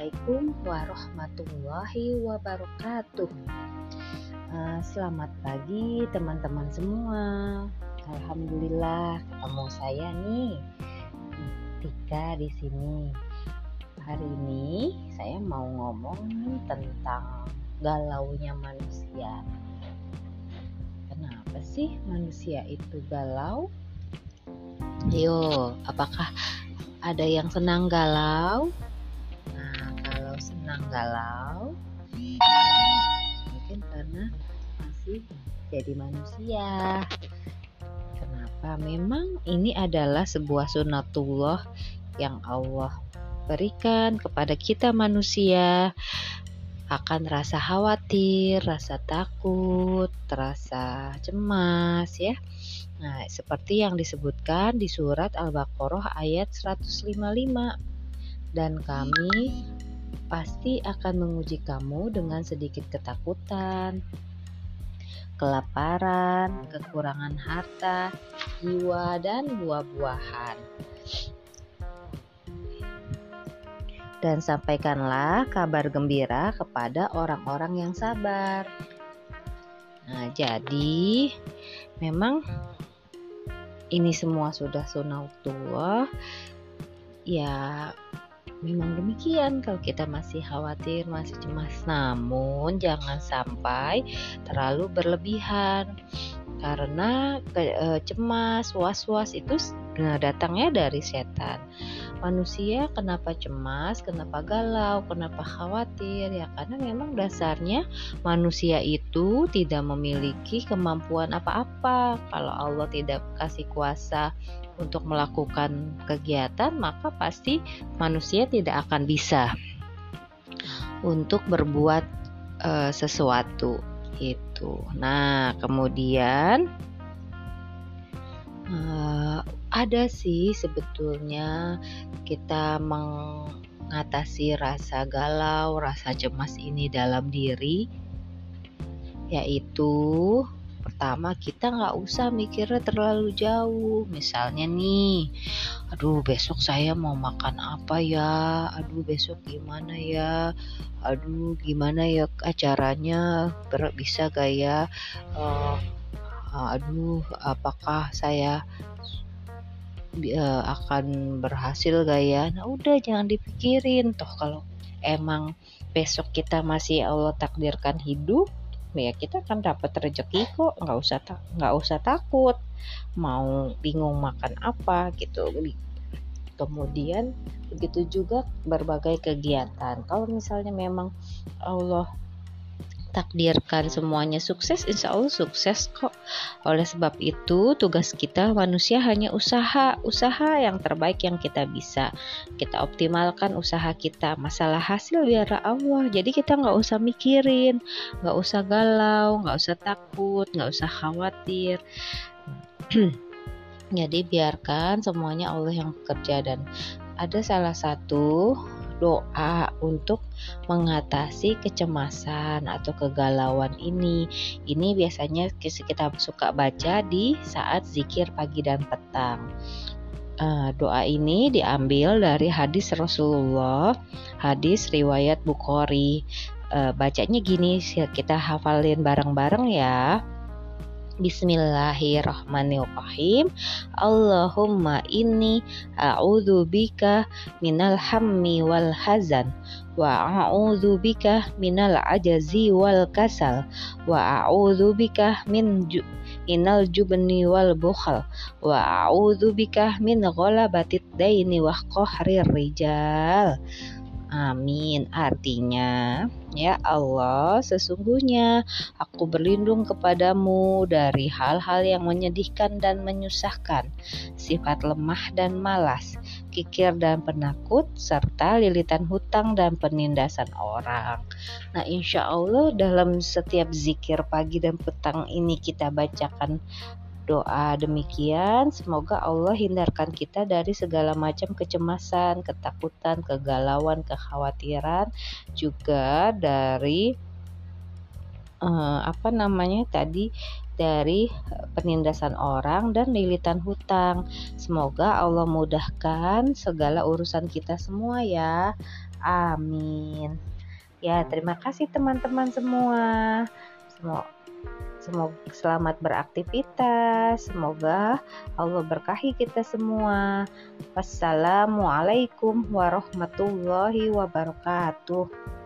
Assalamualaikum warahmatullahi wabarakatuh. Selamat pagi teman-teman semua. Alhamdulillah ketemu saya nih, Tika di sini. Hari ini saya mau ngomong tentang galaunya manusia. Kenapa sih manusia itu galau? Ayo, apakah ada yang senang galau? Nah, kalau senang galau, mungkin karena masih jadi manusia. Kenapa? Memang ini adalah sebuah sunatullah yang Allah berikan kepada kita manusia, akan rasa khawatir, rasa takut, rasa cemas ya. Nah, seperti yang disebutkan di surat Al-Baqarah ayat 155. Dan kami pasti akan menguji kamu dengan sedikit ketakutan, kelaparan, kekurangan harta, jiwa, dan buah-buahan. Dan sampaikanlah kabar gembira kepada orang-orang yang sabar. Nah, jadi memang ini semua sudah sunatullah. Ya, memang demikian kalau kita masih khawatir, masih cemas. Namun jangan sampai terlalu berlebihan. Karena cemas, was-was itu datangnya dari setan. Manusia kenapa cemas, kenapa galau, kenapa khawatir? Ya karena memang dasarnya manusia itu tidak memiliki kemampuan apa-apa. Kalau Allah tidak kasih kuasa untuk melakukan kegiatan, maka pasti manusia tidak akan bisa untuk berbuat sesuatu itu. Nah, kemudian ada sih sebetulnya kita mengatasi rasa galau, rasa cemas ini dalam diri, yaitu pertama, kita nggak usah mikirnya terlalu jauh. Misalnya nih, aduh besok saya mau makan apa ya, aduh besok gimana ya, aduh gimana ya acaranya, bisa gak ya, aduh apakah saya akan berhasil gak ya. Nah udah, jangan dipikirin. Toh kalau emang besok kita masih Allah takdirkan hidup, ya kita akan dapat rezeki kok. Nggak usah takut mau bingung makan apa gitu. Kemudian begitu juga berbagai kegiatan. Kalau misalnya memang Allah takdirkan semuanya sukses, insya Allah sukses kok. Oleh sebab itu tugas kita manusia hanya usaha yang terbaik yang kita bisa. Kita optimalkan usaha kita. Masalah hasil biar Allah. Jadi kita nggak usah mikirin, nggak usah galau, nggak usah takut, nggak usah khawatir. Jadi biarkan semuanya Allah yang bekerja. Dan ada salah satu doa untuk mengatasi kecemasan atau kegalauan ini. Ini biasanya kita suka baca di saat zikir pagi dan petang. Doa ini diambil dari hadis Rasulullah, hadis riwayat Bukhari. Bacanya gini, kita hafalin bareng-bareng ya. Bismillahirrahmanirrahim. Allahumma inni a'udzubika minal hammi wal hazan wa a'udzubika minal ajazi wal kasal wa a'udzubika minal jubni wal bukhal wa a'udzubika min ghalabatid daini wa qahrir rijal. Amin. Artinya, ya Allah, sesungguhnya aku berlindung kepadamu dari hal-hal yang menyedihkan dan menyusahkan, sifat lemah dan malas, kikir dan penakut, serta lilitan hutang dan penindasan orang. Nah, insya Allah dalam setiap zikir pagi dan petang ini kita bacakan doa demikian. Semoga Allah hindarkan kita dari segala macam kecemasan, ketakutan, kegalauan, kekhawatiran, juga dari dari penindasan orang dan lilitan hutang. Semoga Allah mudahkan segala urusan kita semua ya. Amin. Ya, terima kasih teman-teman semua. Semoga selamat beraktivitas. Semoga Allah berkahi kita semua. Wassalamualaikum warahmatullahi wabarakatuh.